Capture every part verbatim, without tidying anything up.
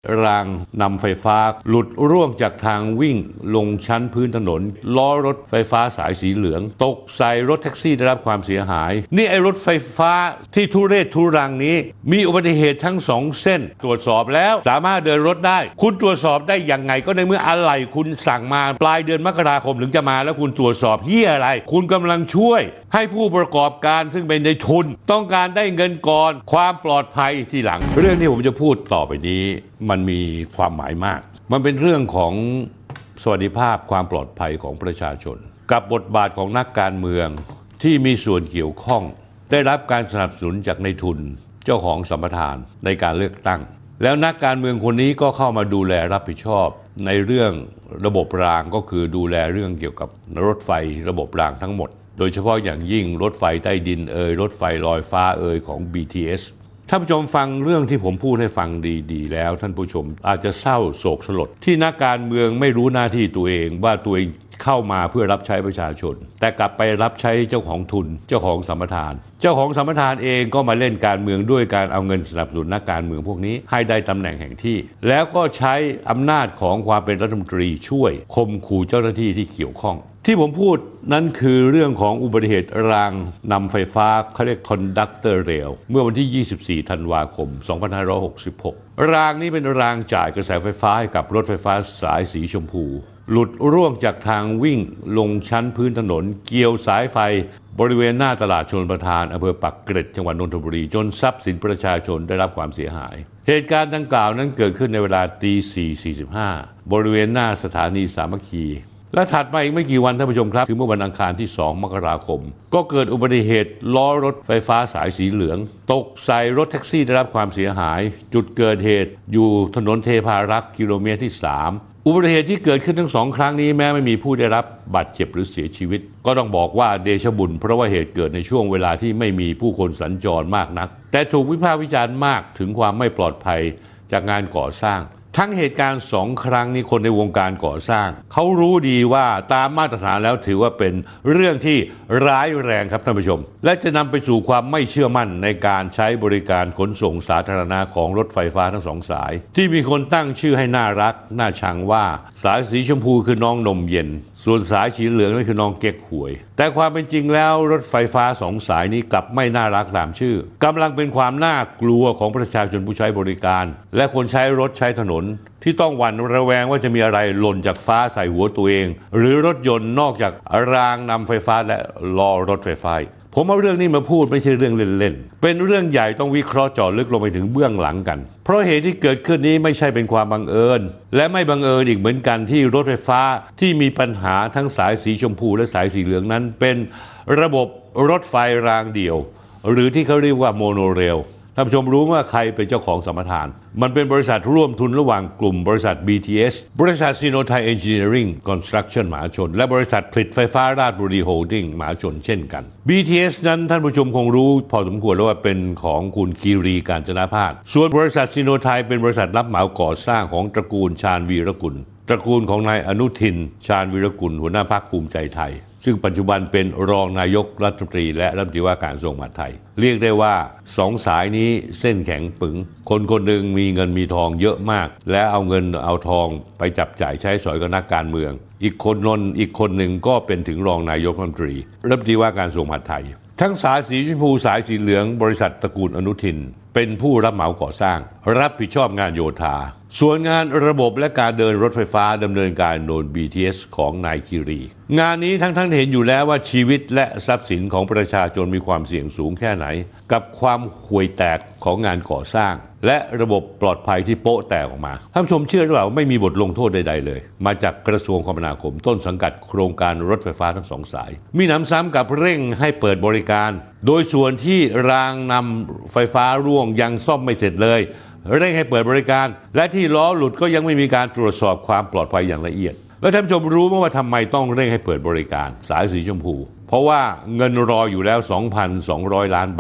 รางนำไฟฟ้าหลุดร่วงจากทางวิ่งลงชั้นพื้นถนนล้อรถไฟฟ้าสายสีเหลืองตกใส่รถแท็กซี่ได้รับความเสียหายนี่ไอ้รถไฟฟ้าที่ทุเรศทุรังนี้มีอุบัติเหตุทั้งสองเส้นตรวจสอบแล้วสามารถเดินรถได้คุณตรวจสอบได้ยังไงก็ในเมื่ออะไหล่คุณสั่งมาปลายเดือนมกราคมถึงจะมาแล้วคุณตรวจสอบเหี้ยอะไรคุณกำลังช่วยให้ผู้ประกอบการซึ่งเป็นในทุนต้องการได้เงินก่อนความปลอดภัยทีหลังเรื่องที่ผมจะพูดต่อไปนี้มันมีความหมายมากมันเป็นเรื่องของสวัสดิภาพความปลอดภัยของประชาชนกับบทบาทของนักการเมืองที่มีส่วนเกี่ยวข้องได้รับการสนับสนุนจากในทุนเจ้าของสัมปทานในการเลือกตั้งแล้วนักการเมืองคนนี้ก็เข้ามาดูแลรับผิดชอบในเรื่องระบบรางก็คือดูแลเรื่องเกี่ยวกับรถไฟระบบรางทั้งหมดโดยเฉพาะอย่างยิ่งรถไฟใต้ดินเอ่ยรถไฟลอยฟ้าเอ่ยของ บี ที เอส ท่านผู้ชมฟังเรื่องที่ผมพูดให้ฟังดีๆแล้วท่านผู้ชมอาจจะเศร้าโศกสลดที่นักการเมืองไม่รู้หน้าที่ตัวเองว่าตัวเองเข้ามาเพื่อรับใช้ประชาชนแต่กลับไปรับใช้เจ้าของทุนเจ้าของสัมปทานเจ้าของสัมปทานเองก็มาเล่นการเมืองด้วยการเอาเงินสนับสนุนนักการเมืองพวกนี้ให้ได้ตำแหน่งแห่งที่แล้วก็ใช้อำนาจของความเป็นรัฐมนตรีช่วยข่มขู่เจ้าหน้าที่ที่เกี่ยวข้องที่ผมพูดนั้นคือเรื่องของอุบัติเหตุรางนำไฟฟ้าเขาเรียก Conductor Rail เมื่อวันที่ยี่สิบสี่ธันวาคมสองพันห้าร้อยหกสิบหกรางนี้เป็นรางจ่ายกระแสไฟฟ้าให้กับรถไฟฟ้าสายสีชมพูหลุดร่วงจากทางวิ่งลงชั้นพื้นถนนเกี่ยวสายไฟบริเวณหน้าตลาดชลประทานอำเภอปักเกร็ดจังหวัดนนทบุรีจนทรัพย์สินประชาชนได้รับความเสียหายเหตุการณ์ดังกล่าวนั้นเกิดขึ้นในเวลาตีสี่สี่สิบห้าบริเวณหน้าสถานีสามัคคีและถัดมาอีกไม่กี่วันท่านผู้ชมครับคือเมื่อวันอังคารที่สองมกราคมก็เกิดอุบัติเหตุล้อรถไฟฟ้าสายสีเหลืองตกใส่รถแท็กซี่ได้รับความเสียหายจุดเกิดเหตุอยู่ถนนเทพารักษ์กิโลเมตรที่สามอุบัติเหตุที่เกิดขึ้นทั้งสองครั้งนี้แม้ไม่มีผู้ได้รับบาดเจ็บหรือเสียชีวิตก็ต้องบอกว่าเดชบุญเพราะว่าเหตุเกิดในช่วงเวลาที่ไม่มีผู้คนสัญจรมากนักแต่ถูกวิพากษ์วิจารณ์มากถึงความไม่ปลอดภัยจากงานก่อสร้างทั้งเหตุการณ์สองครั้งนี้คนในวงการก่อสร้างเขารู้ดีว่าตามมาตรฐานแล้วถือว่าเป็นเรื่องที่ร้ายแรงครับท่านผู้ชมและจะนำไปสู่ความไม่เชื่อมั่นในการใช้บริการขนส่งสาธารณะของรถไฟฟ้าทั้งสองสายที่มีคนตั้งชื่อให้น่ารักน่าชังว่าสายสีชมพูคือน้องนมเย็นส่วนสายสีเหลืองนั่นคือน้องเก๊กหวยแต่ความเป็นจริงแล้วรถไฟฟ้าสองสายนี้กลับไม่น่ารักตามชื่อกำลังเป็นความน่ากลัวของประชาชนผู้ใช้บริการและคนใช้รถใช้ถนนที่ต้องหวั่นระแวงว่าจะมีอะไรหล่นจากฟ้าใส่หัวตัวเองหรือรถยนต์นอกจากรางนำไฟฟ้าและล้อรถไฟฟ้าผมเอาเรื่องนี้มาพูดไม่ใช่เรื่องเล่นๆเป็นเรื่องใหญ่ต้องวิเคราะห์เจาะลึกลงไปถึงเบื้องหลังกันเพราะเหตุที่เกิดขึ้นนี้ไม่ใช่เป็นความบังเอิญและไม่บังเอิญอีกเหมือนกันที่รถไฟฟ้าที่มีปัญหาทั้งสายสีชมพูและสายสีเหลืองนั้นเป็นระบบรถไฟรางเดี่ยวหรือที่เขาเรียกว่าโมโนเรลท่านผู้ชมรู้ว่าใครเป็นเจ้าของสัมปทานมันเป็นบริษัทร่วมทุนระหว่างกลุ่มบริษัท บี ที เอส บริษัท Sino-Thai Engineering Construction มหาชนและบริษัทผลิตไฟฟ้าราชบุรีโฮลดิ้งมหาชนเช่นกัน บี ที เอส นั้นท่านผู้ชมคงรู้พอสมควรแล้วว่าเป็นของคุณคีรีกาญจนาภาสส่วนบริษัท Sino-Thai เป็นบริษัทรับเหมาก่อสร้างของตระกูลชาญวีรกุลตระกูลของนายอนุทินชาญวีรกุลหัวหน้าพรรคภูมิใจไทยซึ่งปัจจุบันเป็นรองนายกรัฐมนตรีและรัฐมนตรีว่าการกระทรวงมหาดไทยเรียกได้ว่าสองสายนี้เส้นแข็งปึงคนคนหนึ่งมีเงินมีทองเยอะมากและเอาเงินเอาทองไปจับจ่ายใช้สอยกับนักการเมืองอีกคนนนอีกคนหนึ่งก็เป็นถึงรองนายกรัฐมนตรีรัฐมนตรีว่าการกระทรวงมหาดไทยทั้งสายสีชมพูสายสีเหลืองบริษัทตระกูลอนุทินเป็นผู้รับเหมาก่อสร้างรับผิดชอบงานโยธาส่วนงานระบบและการเดินรถไฟฟ้าดำเนินการโดย บี ที เอส ของนายคีรีงานนี้ทั้งทั้งเห็นอยู่แล้วว่าชีวิตและทรัพย์สินของประชาชนมีความเสี่ยงสูงแค่ไหนกับความห่วยแตกของงานก่อสร้างและระบบปลอดภัยที่โป๊ะแตกออกมาท่านผู้ชมเชื่อหรือเปล่าว่าไม่มีบทลงโทษใดๆเลยมาจากกระทรวงคมนาคมต้นสังกัดโครงการรถไฟฟ้าทั้งสองสายมีหนำซ้ำกับเร่งให้เปิดบริการโดยส่วนที่รางนำไฟฟ้าร่วงยังซ่อมไม่เสร็จเลยเร่งให้เปิดบริการและที่ล้อหลุดก็ยังไม่มีการตรวจสอบความปลอดภัยอย่างละเอียดแล้วท่านผู้ชมรู้ไหมว่าทำไมต้องเร่งให้เปิดบริการสายสีชมพูเพราะว่าเงินรออยู่แล้ว สองพันสองร้อย ล้านบาท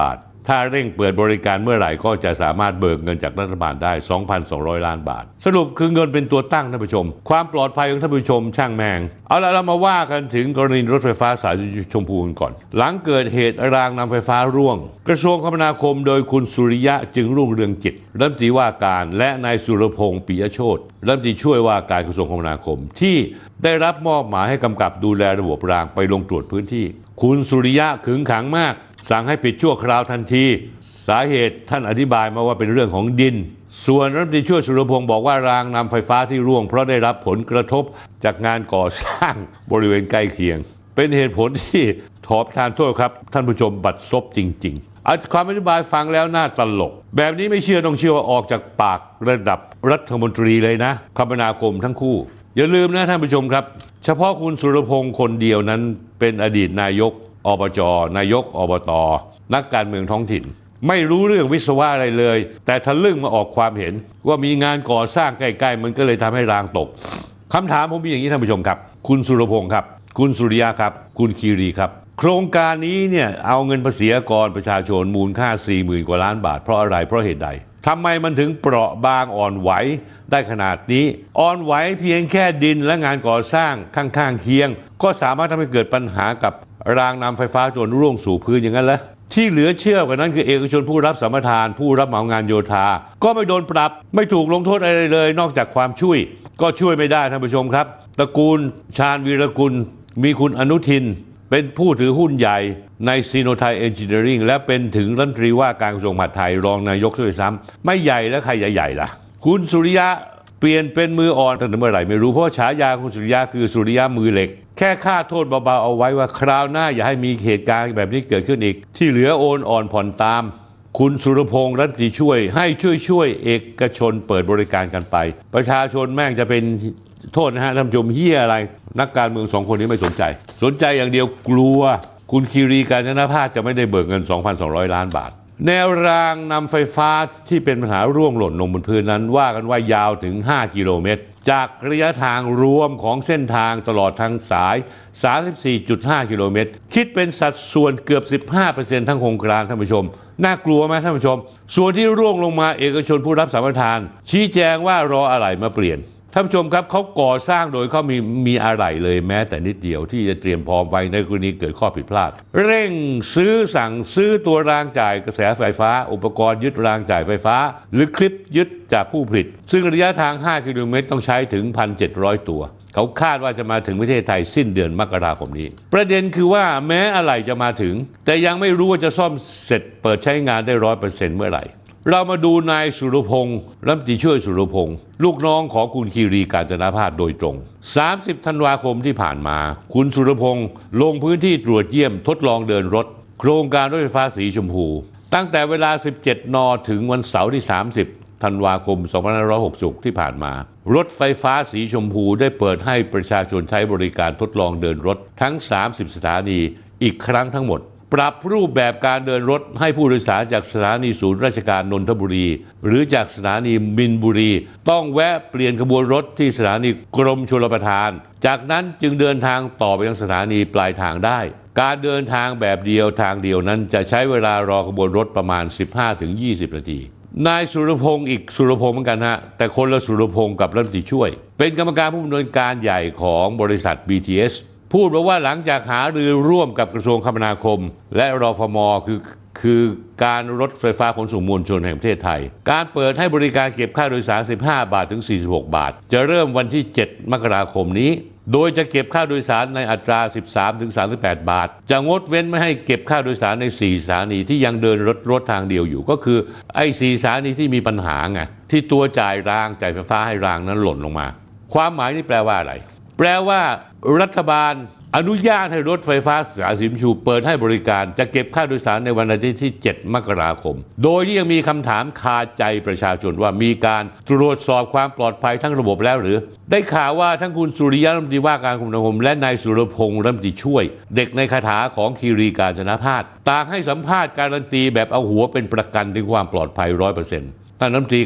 ถ้าเร่งเปิดบริการเมื่อไหร่ก็จะสามารถเบิกเงินจากรัฐบาลได้ สองพันสองร้อย ล้านบาทสรุปคือเงินเป็นตัวตั้งท่านผู้ชมความปลอดภัยของท่านผู้ชมช่างแมงเอาละเรามาว่ากันถึงกรณีรถไฟฟ้าสายสีชมพูกันก่อนหลังเกิดเหตุรางนำไฟฟ้าร่วงกระทรวงคมนาคมโดยคุณสุริยะจึงรุ่งเรืองกิจรัฐมนตรีว่าการและนายสุรพงษ์ปิยโชติรัฐมนตรีช่วยว่าการกระทรวงคมนาคมที่ได้รับมอบหมายให้กำกับดูแลระบบรางไปลงตรวจพื้นที่คุณสุริยะขึงขังมากสั่งให้ปิดชั่วคราวทันทีสาเหตุท่านอธิบายมาว่าเป็นเรื่องของดินส่วนรัฐมนตรีช่วยสุรพงษ์บอกว่ารางนำไฟฟ้าที่ร่วงเพราะได้รับผลกระทบจากงานก่อสร้างบริเวณใกล้เคียงเป็นเหตุผลที่ขอประทานโทษครับท่านผู้ชมบัดซบจริงๆเอาความอธิบายฟังแล้วน่าตลกแบบนี้ไม่เชื่อต้องเชื่อว่าออกจากปากระดับรัฐมนตรีเลยนะคมนาคมทั้งคู่อย่าลืมนะท่านผู้ชมครับเฉพาะคุณสุรพงษ์คนเดียวนั้นเป็นอดีตนายกอบจ.นายกอบต.นักการเมืองท้องถิ่นไม่รู้เรื่องวิศวะอะไรเลยแต่ทะลึ่งมาออกความเห็นว่ามีงานก่อสร้างใกล้ๆมันก็เลยทำให้รางตกคำถามผมมีอย่างนี้ท่านผู้ชมครับคุณสุรพงษ์ครับคุณสุริยะครับคุณคีรีครับโครงการนี้เนี่ยเอาเงินภาษีกรประชาชนมูลค่า สี่หมื่น กว่าล้านบาทเพราะอะไรเพราะเหตุใดทำไมมันถึงเปราะบางอ่อนไหวได้ขนาดนี้อ่อนไหวเพียงแค่ดินและงานก่อสร้างข้างๆเคียงก็สามารถทำให้เกิดปัญหากับรางนำไฟฟ้าจนร่วงสู่พื้นอย่างนั้นเหรอที่เหลือเชื่อกว่านั้นคือเอกชนผู้รับสัมปทานผู้รับเหมางานโยธาก็ไม่โดนปรับไม่ถูกลงโทษอะไรเลยนอกจากความช่วยก็ช่วยไม่ได้ท่านผู้ชมครับตระกูลชาญวีรกุลมีคุณอนุทินเป็นผู้ถือหุ้นใหญ่ในซีโนไทยเอนจิเนียริงและเป็นถึงรัฐมนตรีว่าการกระทรวงมหาดไทยรองนายกด้วยซ้ำไม่ใหญ่แล้วใครใหญ่ๆล่ะคุณสุริยะเปลี่ยนเป็นมืออ่อนตั้งแต่เมื่อไหร่ไม่รู้เพราะฉายาคุณสุริยะคือสุริยะมือเหล็กแค่ค่าโทษเบาๆเอาไว้ว่าคราวหน้าอย่าให้มีเหตุการณ์แบบนี้เกิดขึ้นอีกที่เหลือโอนอ่อนผ่อนตามคุณสุรพงษ์รัฐมนตรีช่วยให้ช่วยช่วยเอกชนเปิดบริการกันไปประชาชนแม่งจะเป็นโทษนะฮะท่านผู้ชมเหี้ยอะไรนักการเมืองสองคนนี้ไม่สนใจสนใจอย่างเดียวกลัวคุณคีรีกาญจนภาสจะไม่ได้เบิกเงิน สองพันสองร้อย ล้านบาทแนวรางนำไฟฟ้าที่เป็นปัญหาร่วงหล่นลงบนพื้นนั้นว่ากันว่ายาวถึงห้ากิโลเมตรจากระยะทางรวมของเส้นทางตลอดทางสาย สามสิบสี่จุดห้า กิโลเมตรคิดเป็นสัดส่วนเกือบ สิบห้าเปอร์เซ็นต์ ทั้งโครงการท่านผู้ชมน่ากลัวไหมท่านผู้ชมส่วนที่ร่วงลงมาเอกชนผู้รับสัมปทานชี้แจงว่ารออะไหล่มาเปลี่ยนท่านผู้ชมครับเขาก่อสร้างโดยเขามีมีอะไหล่เลยแม้แต่นิดเดียวที่จะเตรียมพร้อมไว้ในกรณีเกิดข้อผิดพลาดเร่งซื้อสั่งซื้อตัวรางจ่ายกระแสไฟฟ้าอุปกรณ์ยึดรางจ่ายไฟฟ้าหรือคลิปยึดจากผู้ผลิตซึ่งระยะทางห้ากิโลเมตรต้องใช้ถึง หนึ่งพันเจ็ดร้อย ตัวเขาคาดว่าจะมาถึงประเทศไทยสิ้นเดือนมกราคมนี้ประเด็นคือว่าแม้อะไหล่จะมาถึงแต่ยังไม่รู้ว่าจะซ่อมเสร็จเปิดใช้งานได้ ร้อยเปอร์เซ็นต์ เมื่อไหร่เรามาดูนายสุรพงษ์รัฐมนตรีช่วยสุรพงษ์ลูกน้องของคุณคีรีกาญจนภาสโดยตรงสามสิบธันวาคมที่ผ่านมาคุณสุรพงษ์ลงพื้นที่ตรวจเยี่ยมทดลองเดินรถโครงการรถไฟฟ้าสีชมพูตั้งแต่เวลา สิบเจ็ด น.ถึงวันเสาร์ที่ สามสิบ ธันวาคม สองพันห้าร้อยหกสิบ ที่ผ่านมารถไฟฟ้าสีชมพูได้เปิดให้ประชาชนใช้บริการทดลองเดินรถทั้งสามสิบสถานีอีกครั้งทั้งหมดปรับรูปแบบการเดินรถให้ผู้โดยสารจากสถานีศูนย์ราชการนนทบุรีหรือจากสถานีมินบุรีต้องแวะเปลี่ยนขบวนรถที่สถานีกรมชลประทานจากนั้นจึงเดินทางต่อไปยังสถานีปลายทางได้การเดินทางแบบเดียวทางเดียวนั้นจะใช้เวลารอขบวนรถประมาณ สิบห้าถึงยี่สิบ นาทีนายสุรพงษ์อีกสุรพงษ์เหมือนกันฮะแต่คนละสุรพงษ์กับรัฐมนตรีช่วยเป็นกรรมการผู้ดำเนินการใหญ่ของบริษัท บี ที เอสพูดว่าหลังจากหารือร่วมกับกระทรวงคมนาคมและรฟม.คือคือการรถไฟฟ้าขนส่งมวลชนแห่งประเทศไทยการเปิดให้บริการเก็บค่าโดยสารสิบห้าบาทถึงสี่สิบหกบาทจะเริ่มวันที่เจ็ดมกราคมนี้โดยจะเก็บค่าโดยสารในอัตราสิบสามถึงสามสิบแปดบาทจะงดเว้นไม่ให้เก็บค่าโดยสารในสี่สถานีที่ยังเดินรถรถทางเดียวอยู่ก็คือไอ้สี่สถานีที่มีปัญหาไงที่ตัวจ่ายรางจ่ายไฟฟ้าให้รางนั้นหล่นลงมาความหมายนี่แปลว่าอะไรแปลว่ารัฐบาลอนุญาตให้รถไฟฟ้าสายสีชมพูเปิดให้บริการจะเก็บค่าโดยสารในวันอาทิตย์ที่เจ็ดมกราคมโดยที่ยังมีคำถามคาใจประชาชนว่ามีการตรวจสอบความปลอดภัยทั้งระบบแล้วหรือได้ข่าวว่าทั้งคุณสุริยะรัฐมนตรีว่าการคมนาคมและนายสุรพงษ์รัฐมนตรีช่วยเด็กในคาถาของคีรีกาญจนภาสต่างให้สัมภาษณ์การันตีแบบเอาหัวเป็นประกันถึงความปลอดภัย ร้อยเปอร์เซ็นต์ ท่านรัฐมนตรีครับ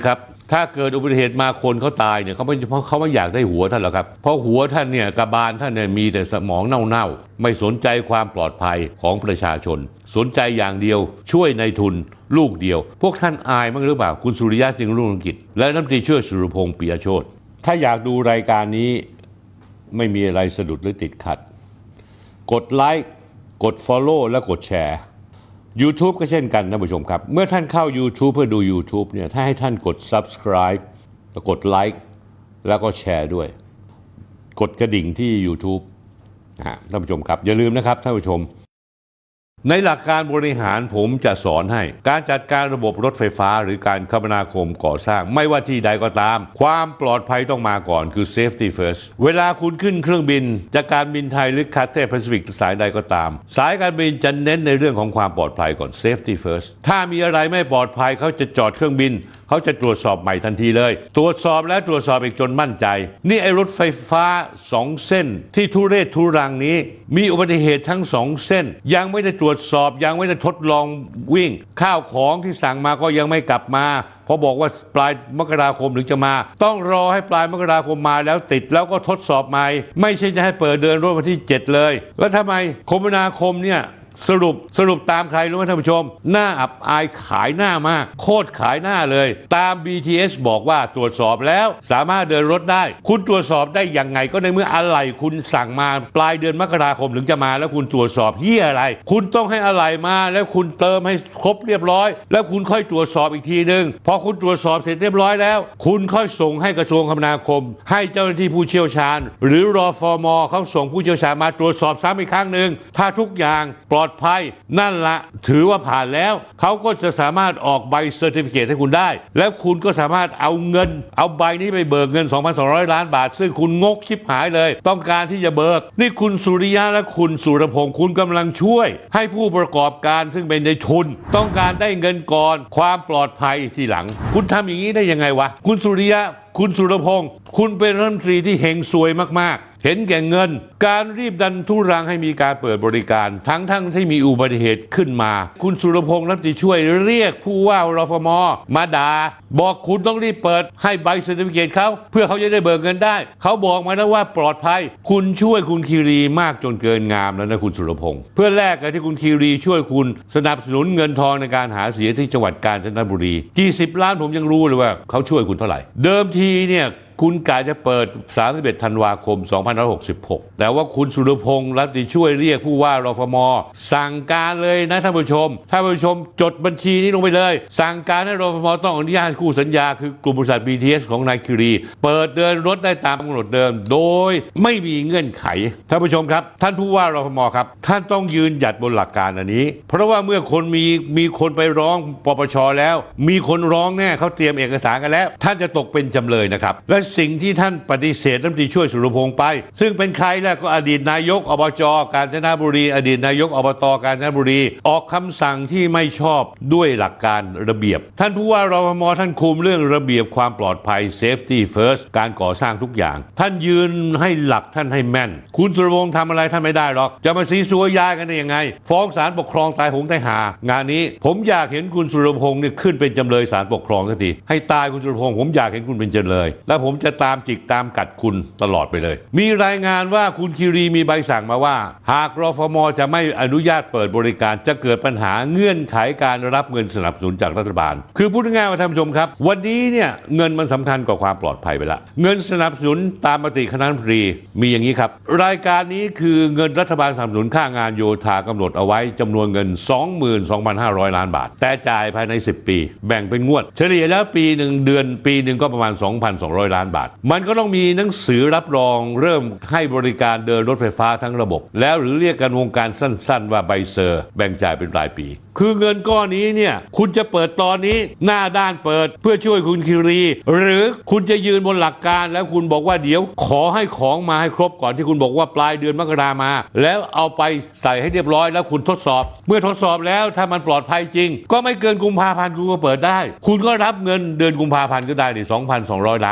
ถ้าเกิดอุบัติเหตุมาคนเขาตายเนี่ยเขาไม่เพราะเขาไม่อยากได้หัวท่านหรอกครับเพราะหัวท่านเนี่ยกระบาลท่านเนี่ยมีแต่สมองเน่าๆไม่สนใจความปลอดภัยของประชาชนสนใจอย่างเดียวช่วยในทุนลูกเดียวพวกท่านอายมั้งหรือเปล่าคุณสุริยะจึงรุ่งเรืองกิจและรัฐมนตรีช่วยสุรพงษ์ปิยโชติถ้าอยากดูรายการนี้ไม่มีอะไรสะดุดหรือติดขัดกดไลค์กด Follow และกดแชร์ YouTube ก็เช่นกันท่านผู้ชมครับเมื่อท่านเข้า YouTube เพื่อดู YouTube เนี่ยถ้าให้ท่านกด Subscribe แล้วกดไลค์แล้วก็แชร์ด้วยกดกระดิ่งที่ YouTube นะฮะท่านผู้ชมครับอย่าลืมนะครับท่านผู้ชมในหลักการบริหารผมจะสอนให้การจัดการระบบรถไฟฟ้าหรือการคมนาคมก่อสร้างไม่ว่าที่ใดก็ตามความปลอดภัยต้องมาก่อนคือ safety first เวลาคุณขึ้นเครื่องบินจากการบินไทยหรือ Cathay Pacific สายใดก็ตามสายการบินจะเน้นในเรื่องของความปลอดภัยก่อน safety first ถ้ามีอะไรไม่ปลอดภัยเขาจะจอดเครื่องบินเขาจะตรวจสอบใหม่ทันทีเลยตรวจสอบและตรวจสอบอีกจนมั่นใจนี่ไอ้รถไฟฟ้าสองเส้นที่ทุเรศทุรังนี้มีอุบัติเหตุทั้งสองเส้นยังไม่ได้ตรวจสอบยังไม่ได้ทดลองวิ่งข้าวของที่สั่งมาก็ยังไม่กลับมาพอบอกว่าปลายมกราคมถึงจะมาต้องรอให้ปลายมกราคมมาแล้วติดแล้วก็ทดสอบใหม่ไม่ใช่จะให้เปิดเดินรถวันที่เจ็ดเลยแล้วทำไมคมนาคมเนี่ยสรุปสรุปตามใครรู้ไหมท่านผู้ชมหน้าอับอายขายหน้ามากโคตรขายหน้าเลยตาม บี ที เอส บอกว่าตรวจสอบแล้วสามารถเดินรถได้คุณตรวจสอบได้ยังไงก็ในเมื่ออะไหล่คุณสั่งมาปลายเดือนมกราคมถึงจะมาแล้วคุณตรวจสอบเหี้ยอะไรคุณต้องให้อะไหล่มาแล้วคุณเติมให้ครบเรียบร้อยแล้วคุณค่อยตรวจสอบอีกทีนึงพอคุณตรวจสอบเสร็จเรียบร้อยแล้วคุณค่อยส่งให้กระทรวงคมนาคมให้เจ้าหน้าที่ผู้เชี่ยวชาญหรือรฟม.เขาส่งผู้เชี่ยวชาญมาตรวจสอบซ้ำอีกครั้งนึงถ้าทุกอย่างปลอดภัยนั่นละถือว่าผ่านแล้วเขาก็จะสามารถออกใบเซอร์ติฟิเคตให้คุณได้แล้วคุณก็สามารถเอาเงินเอาใบนี้ไปเบิกเงิน สองพันสองร้อย ล้านบาทซึ่งคุณงกชิบหายเลยต้องการที่จะเบิกนี่คุณสุริยะและคุณสุรพงษ์คุณกำลังช่วยให้ผู้ประกอบการซึ่งเป็นในทุนต้องการได้เงินก่อนความปลอดภัยทีหลังคุณทำอย่างนี้ได้ยังไงวะคุณสุริยะคุณสุรพงษ์คุณเป็นรัฐมนตรีที่เฮงซวยมากๆเห็นแก่เงินการรีบดันทุรังให้มีการเปิดบริการทั้งทั้งที่มีอุบัติเหตุขึ้นมาคุณสุรพงษ์รัฐมนตรีช่วยเรียกผู้ว่ารฟม.มาด่าบอกคุณต้องรีบเปิดให้ใบเซอร์ติฟิเคตเขาเพื่อเขาจะได้เบิกเงินได้เขาบอกมาแล้วว่าปลอดภัยคุณช่วยคุณคีรีมากจนเกินงามแล้วนะคุณสุรพงษ์เพื่อแลกกับที่คุณคีรีช่วยคุณสนับสนุนเงินทองในการหาเสียงที่จังหวัดกาญจนบุรีกี่สิบล้านผมยังรู้เลยว่าเขาช่วยคุณเท่าไหร่เดิมทีเนี่ยคุณกะจะเปิดสามสิบเอ็ดธันวาคมสองพันห้าร้อยหกสิบหกแต่ว่าคุณสุรพงษ์รัฐมนตรีช่วยเรียกผู้ว่ารฟม.สั่งการเลยนะท่านผู้ชมท่านผู้ชมจดบัญชีนี้ลงไปเลยสั่งการให้รฟม.ต้องอนุญาตคู่สัญญาคือกลุ่มบริษัท บี ที เอส ของนายคิรีเปิดเดินรถได้ตามกำหนดเดิมโดยไม่มีเงื่อนไขท่านผู้ชมครับท่านผู้ว่ารฟม.ครับท่านต้องยืนหยัดบนหลักการอันนี้เพราะว่าเมื่อคนมีมีคนไปร้องปปช.แล้วมีคนร้องแน่เขาเตรียมเอกสารกันแล้วท่านจะตกเป็นจำเลยนะครับและสิ่งที่ท่านปฏิเสธรัฐมนตรีช่วยสุรพงษ์ไปซึ่งเป็นใครแล้วก็อดีตนายกอบจ.กาญจนบุรีอดีตนายกอบต.กาญจนบุรีออกคำสั่งที่ไม่ชอบด้วยหลักการระเบียบท่านผู้ว่ารฟม.ท่านคุมเรื่องระเบียบความปลอดภัย safety first การก่อสร้างทุกอย่างท่านยืนให้หลักท่านให้แม่นคุณสุรพงษ์ทำอะไรท่านไม่ได้หรอกจะมาซีซัวยายกันได้ยังไงฟ้องศาลปกครองตายหงตายหางานนี้ผมอยากเห็นคุณสุรพงษ์เนี่ยขึ้นเป็นจำเลยศาลปกครองสักทีให้ตายคุณสุรพงษ์ผมอยากเห็นคุณเป็นจำเลยและผมจะตามจิกตามกัดคุณตลอดไปเลยมีรายงานว่าคุณคิรีมีใบสั่งมาว่าหากรฟม.จะไม่อนุญาตเปิดบริการจะเกิดปัญหาเงื่อนไขการรับเงินสนับสนุนจากรัฐบาลคือพูดง่ายๆว่าท่านผู้ชมครับวันนี้เนี่ยเงินมันสำคัญกว่าความปลอดภัยไปละเงินสนับสนุนตามมติคณะรัฐมนตรีมีอย่างนี้ครับรายการนี้คือเงินรัฐบาลสนับสนุนค่างานโยธากำหนดเอาไว้จำนวนเงิน สองหมื่นสองพันห้าร้อย ล้านบาทแต่จ่ายภายในสิบปีแบ่งเป็นงวดเฉลี่ยแล้วปีหนึ่งเดือนปีหนึ่งก็ประมาณ สองพันสองร้อย ล้านบาทมันก็ต้องมีหนังสือรับรองเริ่มให้บริการเดินรถไฟฟ้าทั้งระบบแล้วหรือเรียกกันวงการสั้นๆว่าใบเซอร์แบ่งจ่ายเป็นรายปีคือเงินก้อนนี้เนี่ยคุณจะเปิดตอนนี้หน้าด้านเปิดเพื่อช่วยคุณคิรีหรือคุณจะยืนบนหลักการแล้วคุณบอกว่าเดี๋ยวขอให้ของมาให้ครบก่อนที่คุณบอกว่าปลายเดือนมกรามาแล้วเอาไปใส่ให้เรียบร้อยแล้วคุณทดสอบเมื่อทดสอบแล้วถ้ามันปลอดภัยจริงก็ไม่เกินกุมภาพันธ์คุณก็เปิดได้คุณก็รับเงินเดือนกุมภาพันธ์ก็ได้ใน สองพันสองร้อย ล้านบาท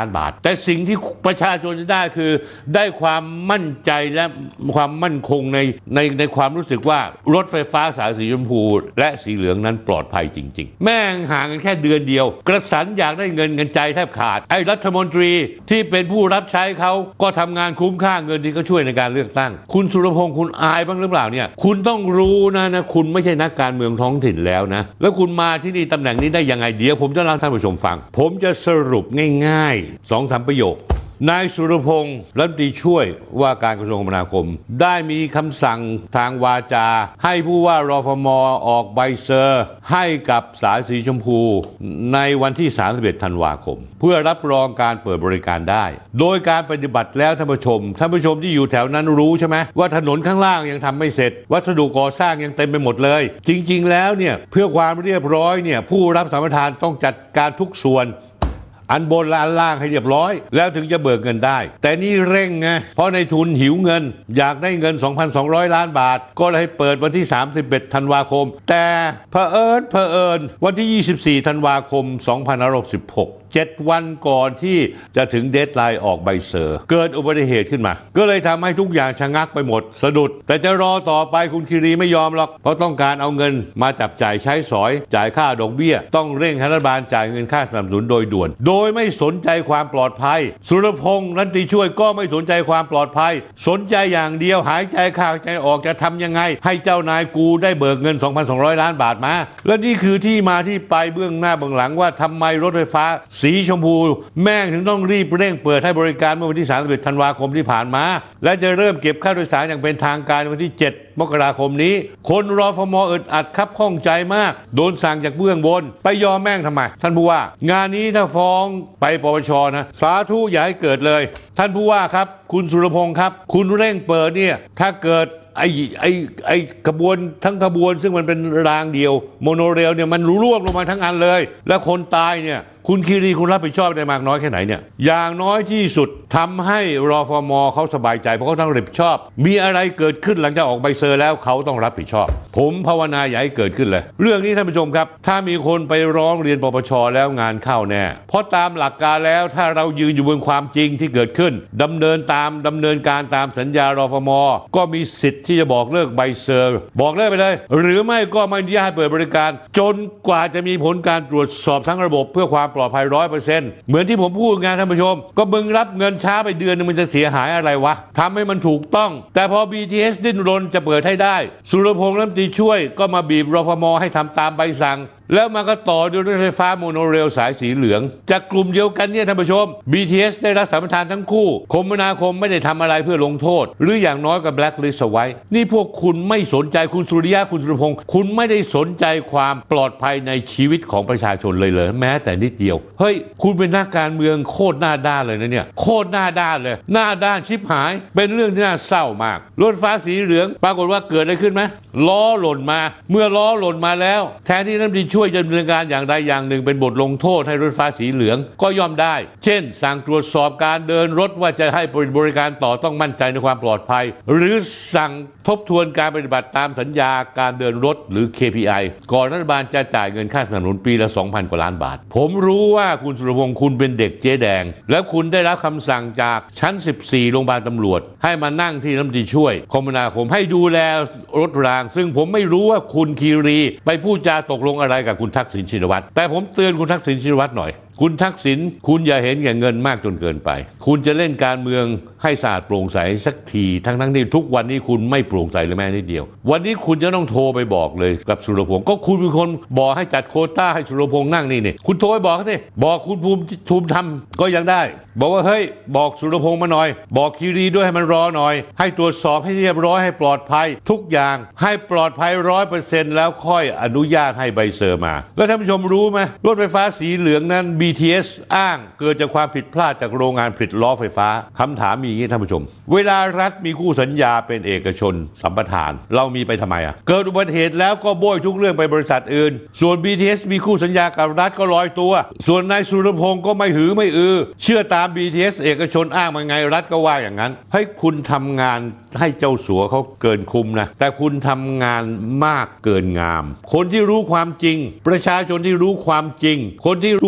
แต่สิ่งที่ประชาชนจะได้คือได้ความมั่นใจและความมั่นคงในในในความรู้สึกว่ารถไฟฟ้าสายสีชมพูและสีเหลืองนั้นปลอดภัยจริงๆแม่งห่างกันแค่เดือนเดียวกระสันอยากได้เงินเงินใจแทบขาดไอ้รัฐมนตรีที่เป็นผู้รับใช้เขาก็ทำงานคุ้มค่าเงินที่เขาช่วยในการเลือกตั้งคุณสุรพงษ์คุณอายบ้างหรือเปล่าเนี่ยคุณต้องรู้นะนะคุณไม่ใช่นักการเมืองท้องถิ่นแล้วนะแล้วคุณมาที่นี่ตำแหน่งนี้ได้ยังไงเดี๋ยวผมจะเล่าท่านผู้ชมฟังผมจะสรุปง่ายๆ สองสาม ประโยคนายสุรพงษ์รัฐมนตรีช่วยว่าการกระทรวงคมนาคมได้มีคำสั่งทางวาจาให้ผู้ว่ารฟม.ออกใบเซอร์ให้กับสายสีชมพูในวันที่สามสิบเอ็ดธันวาคมเพื่อรับรองการเปิดบริการได้โดยการปฏิบัติแล้วท่านผู้ชมท่านผู้ชมที่อยู่แถวนั้นรู้ใช่ไหมว่าถนนข้างล่างยังทำไม่เสร็จวัสดุก่อสร้างยังเต็มไปหมดเลยจริงๆแล้วเนี่ยเพื่อความเรียบร้อยเนี่ยผู้รับสัมปทานต้องจัดการทุกส่วนอันบนและอันล่างให้เรียบร้อยแล้วถึงจะเบิกเงินได้แต่นี่เร่งไงเพราะในทุนหิวเงินอยากได้เงิน สองพันสองร้อย ล้านบาทก็เลยให้เปิดวันที่สามสิบเอ็ดธันวาคมแต่เผอิญเผอิญวันที่ยี่สิบสี่ธันวาคมสองพันห้าร้อยหกสิบหกเจ็ดวันก่อนที่จะถึงเดดไลน์ออกใบเซอร์เกิดอุบัติเหตุขึ้นมาก็เลยทำให้ทุกอย่างชะงักไปหมดสะดุดแต่จะรอต่อไปคุณคีรีไม่ยอมหรอกเพราะต้องการเอาเงินมาจับจ่ายใช้สอยจ่ายค่าดอกเบี้ยต้องเร่งให้รัฐบาลจ่ายเงินค่าสนับสนุนโดยด่วนโดยไม่สนใจความปลอดภัยสุรพงษ์รัฐมนตรีช่วยก็ไม่สนใจความปลอดภัยสนใจอย่างเดียวหายใจเข้าหายใจออกจะทำยังไงให้เจ้านายกูได้เบิกเงิน สองพันสองร้อย ล้านบาทมาและนี่คือที่มาที่ไปเบื้องหน้าเบื้องหลังว่าทำไมรถไฟฟ้าสีชมพูแม่งถึงต้องรีบเร่งเปิดให้บริการเมื่อวันที่สามสิบเอ็ดธันวาคมที่ผ่านมาและจะเริ่มเก็บค่าโดยสารอย่างเป็นทางการวันที่เจ็ดมกราคมนี้คนรฟม.อึดอัดคับข้องใจมากโดนสั่งจากเบื้องบนไปยอมแม่งทำไมท่านผู้ว่างานนี้ถ้าฟ้องไปปปช.นะสาธุอย่าให้เกิดเลยท่านผู้ว่าครับคุณสุรพงษ์ครับคุณเร่งเปิดเนี่ยถ้าเกิดไอ้ไอ้ไอ้ขบวนทั้งขบวนซึ่งมันเป็นรางเดียวโมโนเรลเนี่ยมันร่วงลงมาทั้งอันเลยและคนตายเนี่ยคุณคีรีคุณรับผิดชอบได้มากน้อยแค่ไหนเนี่ยอย่างน้อยที่สุดทำให้รฟม.เขาสบายใจเพราะเขาต้องรับผิดชอบมีอะไรเกิดขึ้นหลังจากออกใบเซอร์แล้วเขาต้องรับผิดชอบผมภาวนาอย่าให้เกิดขึ้นเลยเรื่องนี้ท่านผู้ชมครับถ้ามีคนไปร้องเรียนปปช.แล้วงานเข้าแน่เพราะตามหลักการแล้วถ้าเรายืนอยู่บนความจริงที่เกิดขึ้นดำเนินตามดำเนินการตามสัญญารฟม.ก็มีสิทธิ์ที่จะบอกเลิกใบเซอร์บอกเลิกไปเลยหรือไม่ก็ไม่อนุญาตเปิดบริการจนกว่าจะมีผลการตรวจสอบทั้งระบบเพื่อความปลอดภัย ร้อยเปอร์เซ็นต์ เหมือนที่ผมพูดงานท่านผู้ชมก็มึงรับเงินช้าไปเดือนนึงมันจะเสียหายอะไรวะทำให้มันถูกต้องแต่พอ บี ที เอส ดิ้นรนจะเปิดให้ได้สุรพงษ์รัฐมนตรีช่วยก็มาบีบรฟม.ให้ทำตามใบสั่งแล้วมันก็ต่อด้วยรถไฟฟ้าโมโนเรลสายสีเหลืองจากกลุ่มเดียวกันเนี่ยท่านผู้ชม บี ที เอส ได้รับสัมปทานทั้งคู่คมนาคมไม่ได้ทำอะไรเพื่อลงโทษหรืออย่างน้อยก็แบล็คลิสต์เอาไว้นี่พวกคุณไม่สนใจคุณสุริยะคุณสุรพงษ์คุณไม่ได้สนใจความปลอดภัยในชีวิตของประชาชนเลยเลยแม้แต่นิดเดียวเฮ้ยคุณเป็นนักการเมืองโคตรหน้าด้านเลยนะเนี่ยโคตรหน้าด้านเลยหน้าด้านชิบหายเป็นเรื่องที่น่าเศร้ามากรถไฟฟ้าสีเหลืองปรากฏว่าเกิดอะไรขึ้นไหมล้อหล่นมาเมื่อล้อหล่นมาแล้วแทนที่รัฐมนตรีช่วยจะดำเนินการอย่างใดอย่างหนึ่งเป็นบทลงโทษให้รถไฟฟ้าสีเหลืองก็ย่อมได้เช่นสั่งตรวจสอบการเดินรถว่าจะให้บริการต่อต้องมั่นใจในความปลอดภัยหรือสั่งทบทวนการปฏิบัติตามสัญญาการเดินรถหรือ เค พี ไอ ก่อนรัฐบาลจะจ่ายเงินค่าสนับสนุนปีละ สองพัน กว่าล้านบาทผมรู้ว่าคุณสุรพงษ์คุณเป็นเด็กเจ๊แดงแล้วคุณได้รับคำสั่งจากชั้นสิบสี่โรงพยาบาลตำรวจให้มานั่งที่รัฐมนตรีช่วยคมนาคมให้ดูแลรถรางซึ่งผมไม่รู้ว่าคุณคีรีไปพูดจาตกลงอะไรกับคุณทักษิณชินวัตรแต่ผมเตือนคุณทักษิณชินวัตรหน่อยคุณทักษิณคุณอย่าเห็นแก่เงินมากจนเกินไปคุณจะเล่นการเมืองให้สะอาดโปร่งใสสักทีทั้งทั้งที่ทุกวันนี้คุณไม่โปร่งใสเลยแม้นิดเดียววันนี้คุณจะต้องโทรไปบอกเลยกับสุรพงษ์ก็คุณเป็นคนบอกให้จัดโควต้าให้สุรพงษ์นั่งนี่นี่คุณโทรไปบอกเขาสิบอกคุณภูมิภูมิธรรมก็ยังได้บอกว่าเฮ้ยบอกสุรพงษ์มาหน่อยบอกคีรีด้วยให้มันรอหน่อยให้ตรวจสอบให้เรียบร้อยให้ปลอดภัยทุกอย่างให้ปลอดภัย ร้อยเปอร์เซ็นต์ แล้วค่อยอนุญาตให้ใบเซอร์มาแล้วท่านผู้ชมรู้ไหมรถไฟฟ้าสีเหลืองนั้น บี ที เอส อ้างเกิดจากความผิดพลาดจากโรงงานผลิตล้อไฟฟ้าคำถามมีอย่างนี้ท่านผู้ชมเวลารัฐมีคู่สัญญาเป็นเอกชนสัมปทานเรามีไปทำไมอ่ะเกิดอุบัติเหตุแล้วก็โบยทุกเรื่องไปบริษัทอื่นส่วน บี ที เอส มีคู่สัญญากับรัฐก็ลอยตัวส่วนนายสุรพงษ์ก็ไม่หือไม่อือเชื่อตาม บี ที เอส เอกชนอ้างมาไงรัฐก็ว่าอย่างนั้นให้คุณทำงานให้เจ้าสัวเขาเกินคุ้มนะแต่คุณทำงานมากเกินงามคนที่รู้ความจริงประชาชนที่รู้ความจริงคนที่รู้จักผ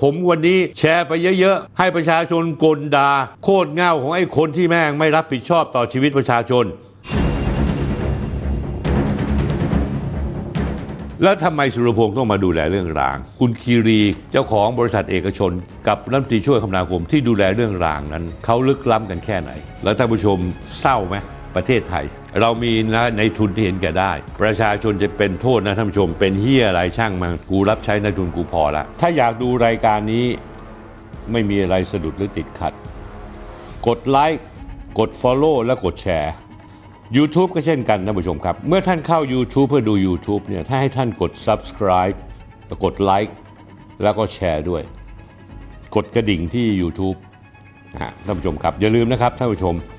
ผมวันนี้แชร์ไปเยอะๆให้ประชาชนกลด่าโคตรเง่าของไอ้คนที่แม่งไม่รับผิดชอบต่อชีวิตประชาชนแล้วทำไมสุรพงษ์ต้องมาดูแลเรื่องรางคุณคีรีเจ้าของบริษัทเอกชนกับรัฐมนตรีช่วยคมนาคมที่ดูแลเรื่องรางนั้นเขาลึกล้ำกันแค่ไหนแล้วท่านผู้ชมเศร้าไหมประเทศไทยเรามีนะในทุนที่เห็นแก่ได้ประชาชนจะเป็นโทษนะท่านผู้ชมเป็นเฮียอะไรช่างมันกูรับใช้ในทุนกูพอละถ้าอยากดูรายการนี้ไม่มีอะไรสะดุดหรือติดขัดกดไลค์กด Follow และกดแชร์ YouTube ก็เช่นกันท่านผู้ชมครับเมื่อท่านเข้า YouTube เพื่อดู YouTube เนี่ยถ้าให้ท่านกด Subscribe แล้วกดไลค์แล้วก็แชร์ด้วยกดกระดิ่งที่ YouTube นะฮะท่านผู้ชมครับอย่าลืมนะครับท่านผู้ชม